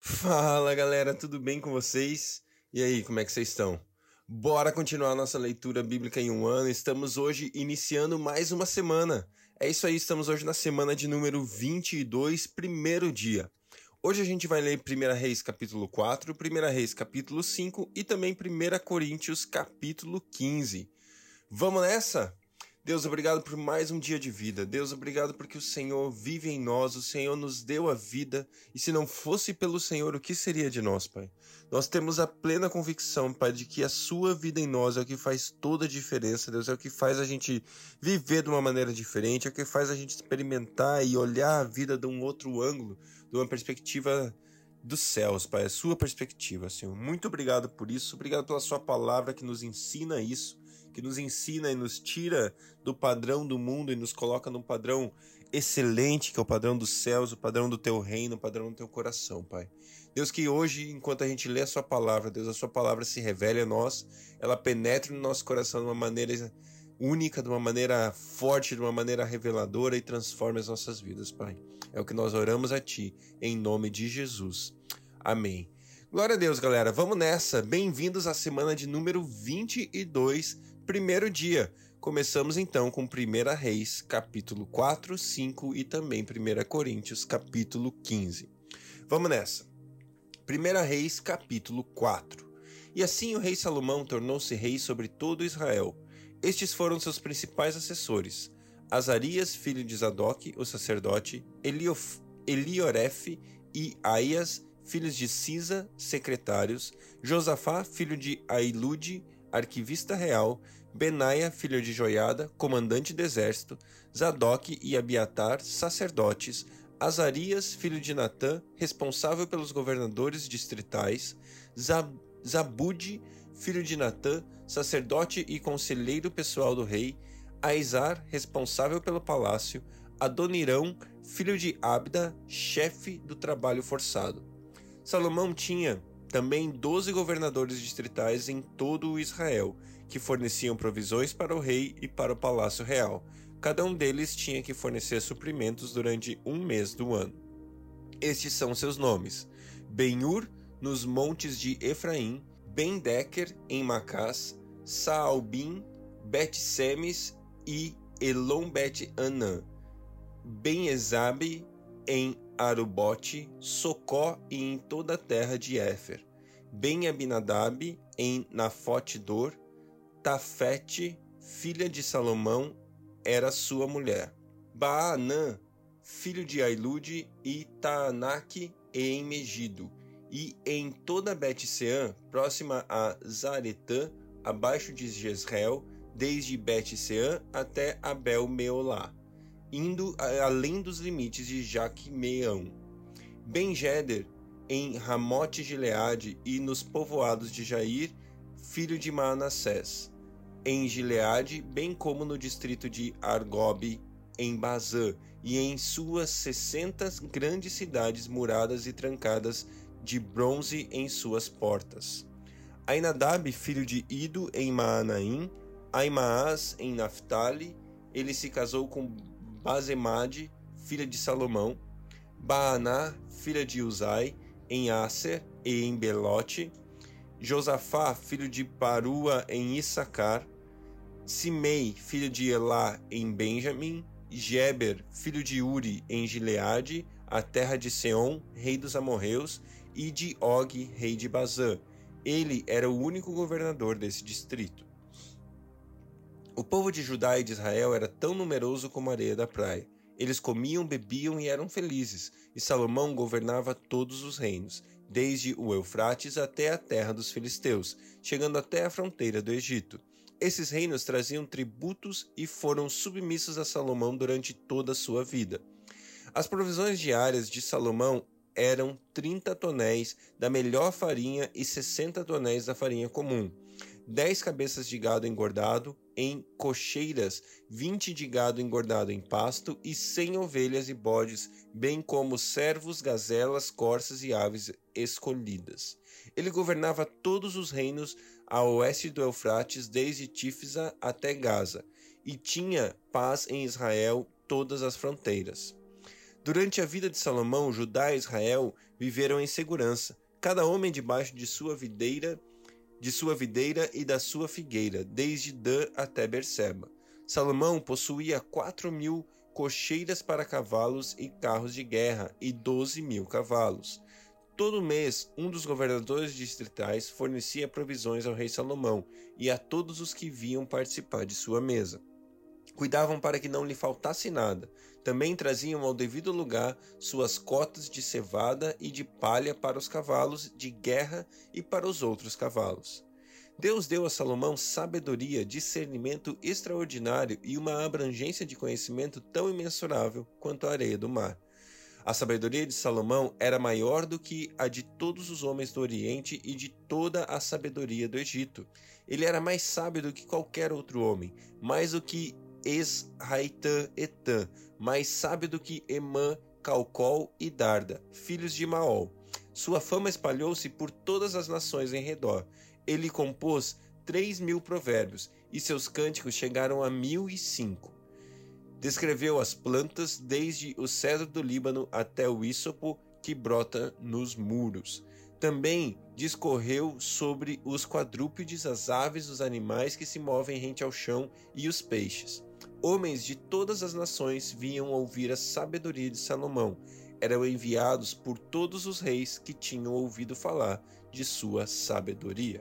Fala galera, tudo bem com vocês? E aí, como é que vocês estão? Bora continuar nossa leitura bíblica em um ano. Estamos hoje iniciando mais uma semana. É isso aí, estamos hoje na semana de número 22, primeiro dia. Hoje a gente vai ler 1 Reis capítulo 4, 1 Reis capítulo 5 e também 1 Coríntios capítulo 15. Vamos nessa? Deus, obrigado por mais um dia de vida. Deus, obrigado porque o Senhor vive em nós, o Senhor nos deu a vida, e se não fosse pelo Senhor, o que seria de nós, Pai? Nós temos a plena convicção, Pai, de que a sua vida em nós é o que faz toda a diferença, Deus, é o que faz a gente viver de uma maneira diferente, é o que faz a gente experimentar e olhar a vida de um outro ângulo, de uma perspectiva dos céus, Pai, a sua perspectiva, Senhor. Muito obrigado por isso, obrigado pela sua palavra que nos ensina isso, que nos ensina e nos tira do padrão do mundo e nos coloca num padrão excelente, que é o padrão dos céus, o padrão do teu reino, o padrão do teu coração, Pai. Deus, que hoje, enquanto a gente lê a sua palavra, Deus, a sua palavra se revele a nós, ela penetre no nosso coração de uma maneira única, de uma maneira forte, de uma maneira reveladora e transforme as nossas vidas, Pai. É o que nós oramos a Ti, em nome de Jesus. Amém. Glória a Deus, galera. Vamos nessa. Bem-vindos à semana de número 22, primeiro dia. Começamos então com 1 Reis, capítulo 4, 5 e também 1 Coríntios, capítulo 15. Vamos nessa. 1 Reis, capítulo 4. E assim o rei Salomão tornou-se rei sobre todo Israel. Estes foram seus principais assessores: Azarias, filho de Zadok, o sacerdote, Eliorefe e Aias, filhos de Cisa, secretários, Josafá, filho de Ailude, arquivista real, Benaia, filho de Joiada, comandante do exército, Zadok e Abiatar, sacerdotes, Azarias, filho de Natã, responsável pelos governadores distritais, Zabude, filho de Natã, sacerdote e conselheiro pessoal do rei, Aizar, responsável pelo palácio, Adonirão, filho de Abda, chefe do trabalho forçado. Salomão tinha também 12 governadores distritais em todo o Israel, que forneciam provisões para o rei e para o palácio real. Cada um deles tinha que fornecer suprimentos durante um mês do ano. Estes são seus nomes: Ben-Ur, nos montes de Efraim, Ben-Deker, em Macás, Saalbim, Bet-Semes e Elon-Bet-Anã, Ben-Ezabe, em Arubote, Socó e em toda a terra de Éfer, Ben-Abinadab, em Nafote-Dor, Tafete, filha de Salomão, era sua mulher, Baanã, filho de Ailude, e Taanaque, em Megido, e em toda Bet-Seã, próxima a Zaretã, abaixo de Jezreel, desde Bet-Seã até Abel-Meolá, indo além dos limites de Jaquemeão. Ben-Geder, em Ramote-Gileade e nos povoados de Jair, filho de Manassés, em Gileade, bem como no distrito de Argobe, em Bazã, e em suas 60 grandes cidades muradas e trancadas de bronze em suas portas. Ainadab, filho de Ido, em Maanaim, Aimaas, em Naphtali, ele se casou com Bazemade, filha de Salomão, Baaná, filha de Uzai, em Aser e em Belote, Josafá, filho de Parua, em Issacar, Simei, filho de Elá, em Benjamim, Geber, filho de Uri, em Gileade, a terra de Seom, rei dos amorreus, e de Og, rei de Bazã. Ele era o único governador desse distrito. O povo de Judá e de Israel era tão numeroso como a areia da praia. Eles comiam, bebiam e eram felizes, e Salomão governava todos os reinos, desde o Eufrates até a terra dos filisteus, chegando até a fronteira do Egito. Esses reinos traziam tributos e foram submissos a Salomão durante toda a sua vida. As provisões diárias de Salomão eram 30 tonéis da melhor farinha e 60 tonéis da farinha comum, 10 cabeças de gado engordado em cocheiras, 20 de gado engordado em pasto e 100 ovelhas e bodes, bem como servos, gazelas, corças e aves escolhidas. Ele governava todos os reinos a oeste do Eufrates, desde Tífisa até Gaza, e tinha paz em Israel todas as fronteiras. Durante a vida de Salomão, Judá e Israel viveram em segurança, cada homem debaixo de sua videira e da sua figueira, desde Dan até Berseba. Salomão possuía 4.000 cocheiras para cavalos e carros de guerra e 12.000 cavalos. Todo mês, um dos governadores distritais fornecia provisões ao rei Salomão e a todos os que vinham participar de sua mesa. Cuidavam para que não lhe faltasse nada. Também traziam ao devido lugar suas cotas de cevada e de palha para os cavalos de guerra e para os outros cavalos. Deus deu a Salomão sabedoria, discernimento extraordinário e uma abrangência de conhecimento tão imensurável quanto a areia do mar. A sabedoria de Salomão era maior do que a de todos os homens do Oriente e de toda a sabedoria do Egito. Ele era mais sábio do que qualquer outro homem, mais do que Esraitã Etã, mais sábio do que Emã, Calcol e Darda, filhos de Maol. Sua fama espalhou-se por todas as nações em redor. Ele compôs 3.000 provérbios, e seus cânticos chegaram a 1.005. Descreveu as plantas, desde o cedro do Líbano até o ísopo que brota nos muros. Também discorreu sobre os quadrúpedes, as aves, os animais que se movem rente ao chão e os peixes. Homens de todas as nações vinham ouvir a sabedoria de Salomão. Eram enviados por todos os reis que tinham ouvido falar de sua sabedoria.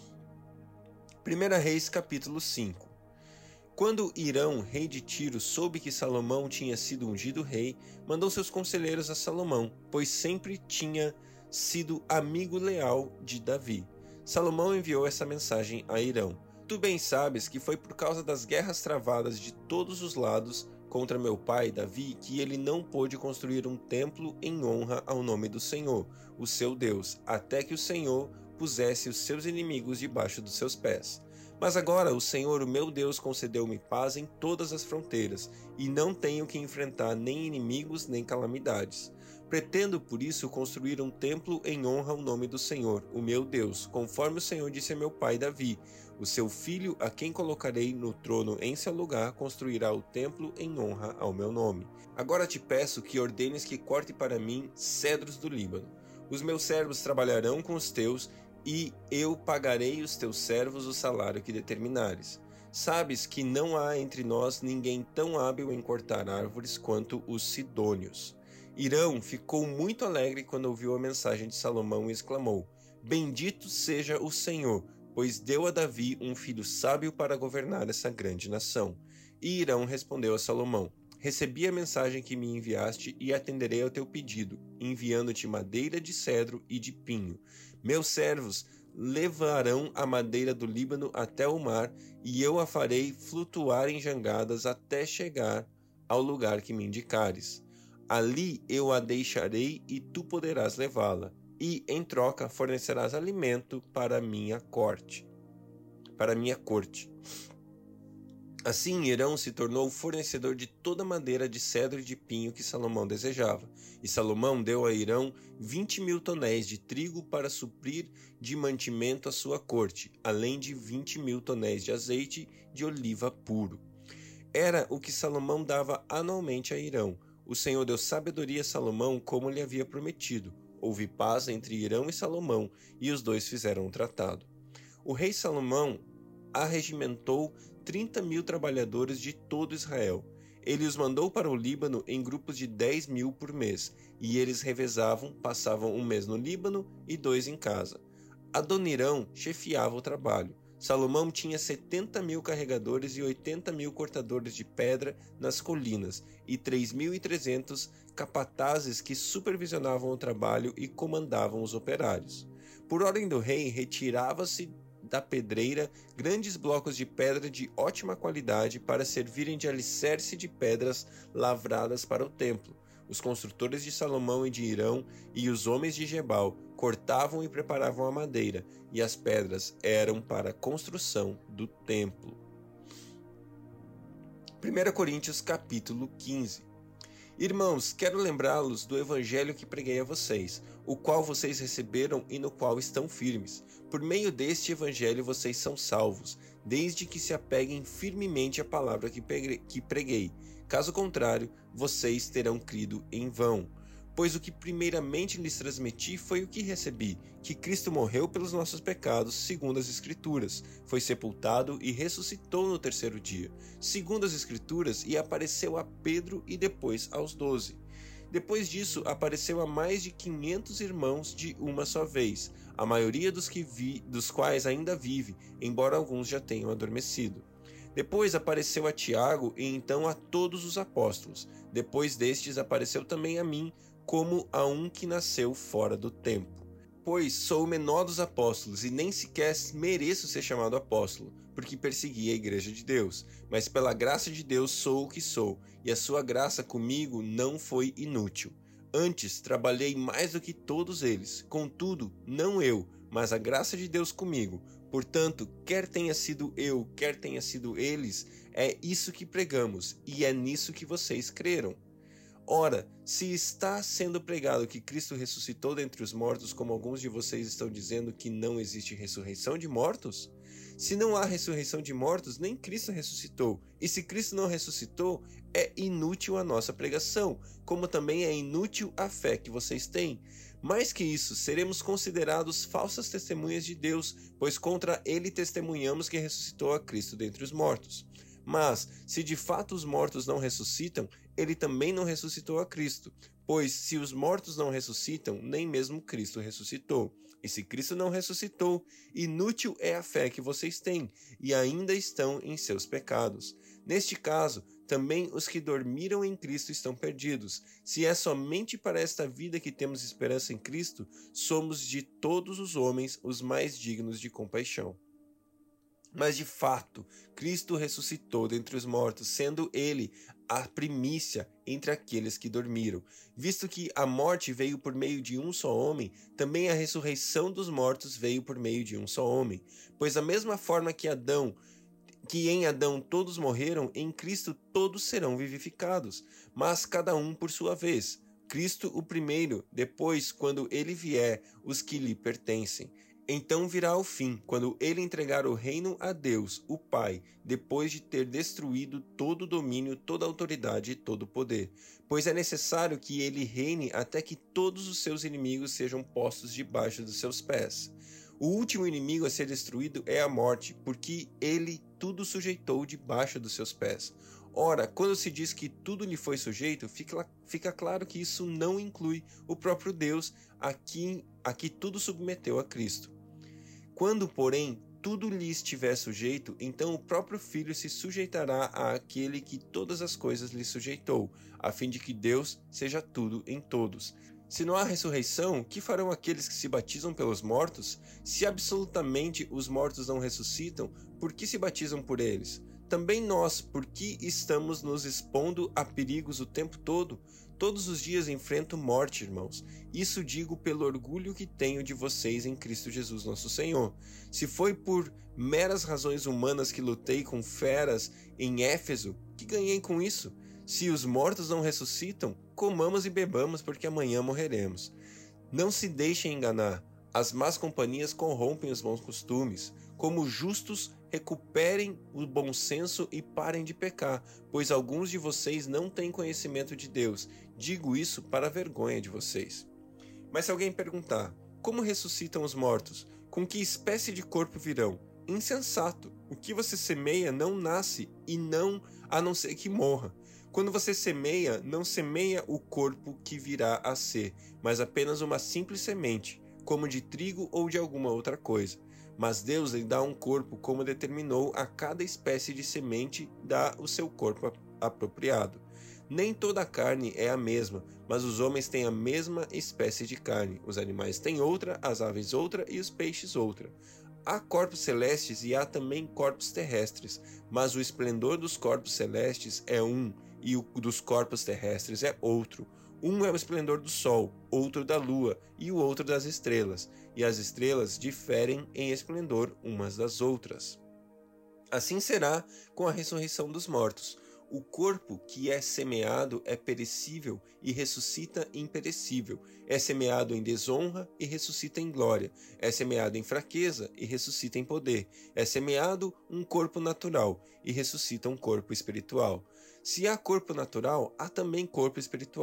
1 Reis capítulo 5. Quando Hirão, rei de Tiro, soube que Salomão tinha sido ungido rei, mandou seus conselheiros a Salomão, pois sempre tinha sido amigo leal de Davi. Salomão enviou essa mensagem a Hirão: Tu bem sabes que foi por causa das guerras travadas de todos os lados contra meu pai Davi que ele não pôde construir um templo em honra ao nome do Senhor, o seu Deus, até que o Senhor pusesse os seus inimigos debaixo dos seus pés. Mas agora o Senhor, o meu Deus, concedeu-me paz em todas as fronteiras, e não tenho que enfrentar nem inimigos nem calamidades. Pretendo, por isso, construir um templo em honra ao nome do Senhor, o meu Deus, conforme o Senhor disse a meu pai Davi. O seu filho, a quem colocarei no trono em seu lugar, construirá o templo em honra ao meu nome. Agora te peço que ordenes que corte para mim cedros do Líbano. Os meus servos trabalharão com os teus, e eu pagarei os teus servos o salário que determinares. Sabes que não há entre nós ninguém tão hábil em cortar árvores quanto os sidônios. Hirão ficou muito alegre quando ouviu a mensagem de Salomão e exclamou: Bendito seja o Senhor, pois deu a Davi um filho sábio para governar essa grande nação. E Hirão respondeu a Salomão: Recebi a mensagem que me enviaste e atenderei ao teu pedido, enviando-te madeira de cedro e de pinho. Meus servos levarão a madeira do Líbano até o mar, e eu a farei flutuar em jangadas até chegar ao lugar que me indicares. Ali eu a deixarei e tu poderás levá-la, e, em troca, fornecerás alimento para minha corte. Assim, Hirão se tornou o fornecedor de toda a madeira de cedro e de pinho que Salomão desejava. E Salomão deu a Hirão 20.000 tonéis de trigo para suprir de mantimento a sua corte, além de 20.000 tonéis de azeite de oliva puro. Era o que Salomão dava anualmente a Hirão. O Senhor deu sabedoria a Salomão como lhe havia prometido. Houve paz entre Hirão e Salomão, e os dois fizeram um tratado. O rei Salomão arregimentou 30.000 trabalhadores de todo Israel. Ele os mandou para o Líbano em grupos de 10.000 por mês, e eles revezavam, passavam um mês no Líbano e 2 em casa. Adonirão chefiava o trabalho. Salomão tinha 70.000 carregadores e 80.000 cortadores de pedra nas colinas, e 3.300 capatazes que supervisionavam o trabalho e comandavam os operários. Por ordem do rei, retirava-se da pedreira grandes blocos de pedra de ótima qualidade para servirem de alicerce de pedras lavradas para o templo. Os construtores de Salomão e de Hirão e os homens de Gebal cortavam e preparavam a madeira, e as pedras eram para a construção do templo. 1 Coríntios capítulo 15. Irmãos, quero lembrá-los do evangelho que preguei a vocês, o qual vocês receberam e no qual estão firmes. Por meio deste evangelho vocês são salvos, desde que se apeguem firmemente à palavra que preguei. Caso contrário, vocês terão crido em vão. Pois o que primeiramente lhes transmiti foi o que recebi, que Cristo morreu pelos nossos pecados, segundo as Escrituras, foi sepultado e ressuscitou no terceiro dia, segundo as Escrituras, e apareceu a Pedro e depois aos 12. Depois disso, apareceu a mais de 500 irmãos de uma só vez, a maioria dos quais ainda vive, embora alguns já tenham adormecido. Depois apareceu a Tiago e então a todos os apóstolos. Depois destes apareceu também a mim, como a um que nasceu fora do tempo. Pois sou o menor dos apóstolos e nem sequer mereço ser chamado apóstolo, porque persegui a igreja de Deus. Mas pela graça de Deus sou o que sou, e a sua graça comigo não foi inútil. Antes trabalhei mais do que todos eles, contudo, não eu, mas a graça de Deus comigo. Portanto, quer tenha sido eu, quer tenha sido eles, é isso que pregamos, e é nisso que vocês creram. Ora, se está sendo pregado que Cristo ressuscitou dentre os mortos, como alguns de vocês estão dizendo que não existe ressurreição de mortos? Se não há ressurreição de mortos, nem Cristo ressuscitou. E se Cristo não ressuscitou, é inútil a nossa pregação, como também é inútil a fé que vocês têm. Mais que isso, seremos considerados falsas testemunhas de Deus, pois contra ele testemunhamos que ressuscitou a Cristo dentre os mortos. Mas, se de fato os mortos não ressuscitam, ele também não ressuscitou a Cristo. Pois, se os mortos não ressuscitam, nem mesmo Cristo ressuscitou. E se Cristo não ressuscitou, inútil é a fé que vocês têm, e ainda estão em seus pecados. Neste caso, também os que dormiram em Cristo estão perdidos. Se é somente para esta vida que temos esperança em Cristo, somos de todos os homens os mais dignos de compaixão. Mas de fato, Cristo ressuscitou dentre os mortos, sendo ele a primícia entre aqueles que dormiram. Visto que a morte veio por meio de um só homem, também a ressurreição dos mortos veio por meio de um só homem. Pois da mesma forma que em Adão todos morreram, em Cristo todos serão vivificados, mas cada um por sua vez. Cristo o primeiro, depois, quando ele vier, os que lhe pertencem. Então virá o fim, quando ele entregar o reino a Deus, o Pai, depois de ter destruído todo o domínio, toda a autoridade e todo o poder. Pois é necessário que ele reine até que todos os seus inimigos sejam postos debaixo dos seus pés. O último inimigo a ser destruído é a morte, porque ele tudo sujeitou debaixo dos seus pés. Ora, quando se diz que tudo lhe foi sujeito, fica claro que isso não inclui o próprio Deus, a que tudo submeteu a Cristo. Quando, porém, tudo lhe estiver sujeito, então o próprio Filho se sujeitará àquele que todas as coisas lhe sujeitou, a fim de que Deus seja tudo em todos. Se não há ressurreição, que farão aqueles que se batizam pelos mortos? Se absolutamente os mortos não ressuscitam, por que se batizam por eles? Também nós, por que estamos nos expondo a perigos o tempo todo? Todos os dias enfrento morte, irmãos. Isso digo pelo orgulho que tenho de vocês em Cristo Jesus nosso Senhor. Se foi por meras razões humanas que lutei com feras em Éfeso, que ganhei com isso? Se os mortos não ressuscitam, comamos e bebamos, porque amanhã morreremos. Não se deixem enganar. As más companhias corrompem os bons costumes. Como justos, recuperem o bom senso e parem de pecar, pois alguns de vocês não têm conhecimento de Deus. Digo isso para a vergonha de vocês. Mas se alguém perguntar, como ressuscitam os mortos? Com que espécie de corpo virão? Insensato! O que você semeia não nasce, a não ser que morra. Quando você semeia, não semeia o corpo que virá a ser, mas apenas uma simples semente, como de trigo ou de alguma outra coisa. Mas Deus lhe dá um corpo como determinou, a cada espécie de semente dá o seu corpo apropriado. Nem toda a carne é a mesma, mas os homens têm a mesma espécie de carne. Os animais têm outra, as aves outra e os peixes outra. Há corpos celestes e há também corpos terrestres, mas o esplendor dos corpos celestes é um, e o dos corpos terrestres é outro. Um é o esplendor do sol, outro da lua e o outro das estrelas, e as estrelas diferem em esplendor umas das outras. Assim será com a ressurreição dos mortos. O corpo que é semeado é perecível e ressuscita imperecível. É semeado em desonra e ressuscita em glória. É semeado em fraqueza e ressuscita em poder. É semeado um corpo natural e ressuscita um corpo espiritual. Se há corpo natural, há também corpo espiritual.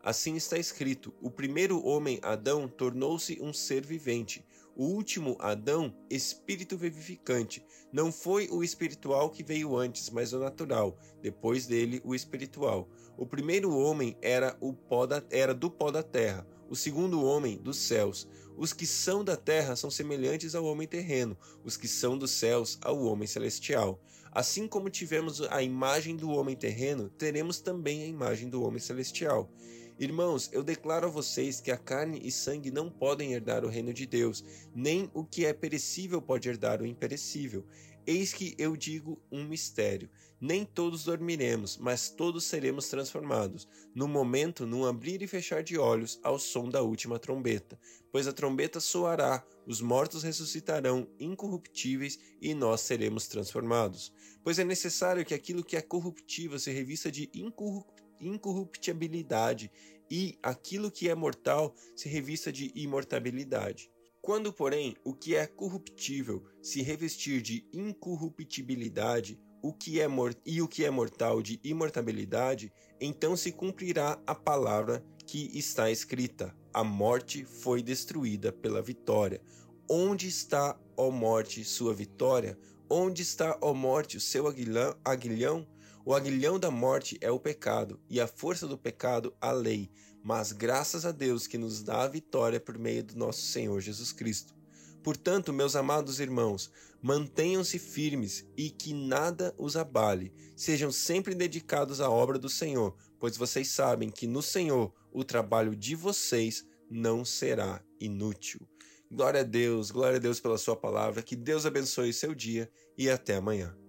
Assim está escrito: o primeiro homem, Adão, tornou-se um ser vivente. O último, Adão, espírito vivificante. Não foi o espiritual que veio antes, mas o natural. Depois dele, o espiritual. O primeiro homem era do pó da terra. O segundo homem, dos céus. Os que são da terra são semelhantes ao homem terreno. Os que são dos céus, ao homem celestial. Assim como tivemos a imagem do homem terreno, teremos também a imagem do homem celestial. Irmãos, eu declaro a vocês que a carne e sangue não podem herdar o reino de Deus, nem o que é perecível pode herdar o imperecível. Eis que eu digo um mistério. Nem todos dormiremos, mas todos seremos transformados. No momento, num abrir e fechar de olhos, ao som da última trombeta. Pois a trombeta soará, os mortos ressuscitarão incorruptíveis e nós seremos transformados. Pois é necessário que aquilo que é corruptível se revista de incorruptibilidade e aquilo que é mortal se revista de imortabilidade. Quando, porém, o que é corruptível se revestir de incorruptibilidade, o que é mortal de imortabilidade, então se cumprirá a palavra que está escrita: a morte foi destruída pela vitória. Onde está, ó morte, sua vitória? Onde está, ó morte, o seu aguilhão? O aguilhão da morte é o pecado, e a força do pecado, a lei. Mas graças a Deus que nos dá a vitória por meio do nosso Senhor Jesus Cristo. Portanto, meus amados irmãos, mantenham-se firmes e que nada os abale. Sejam sempre dedicados à obra do Senhor, pois vocês sabem que no Senhor o trabalho de vocês não será inútil. Glória a Deus pela sua palavra, que Deus abençoe seu dia e até amanhã.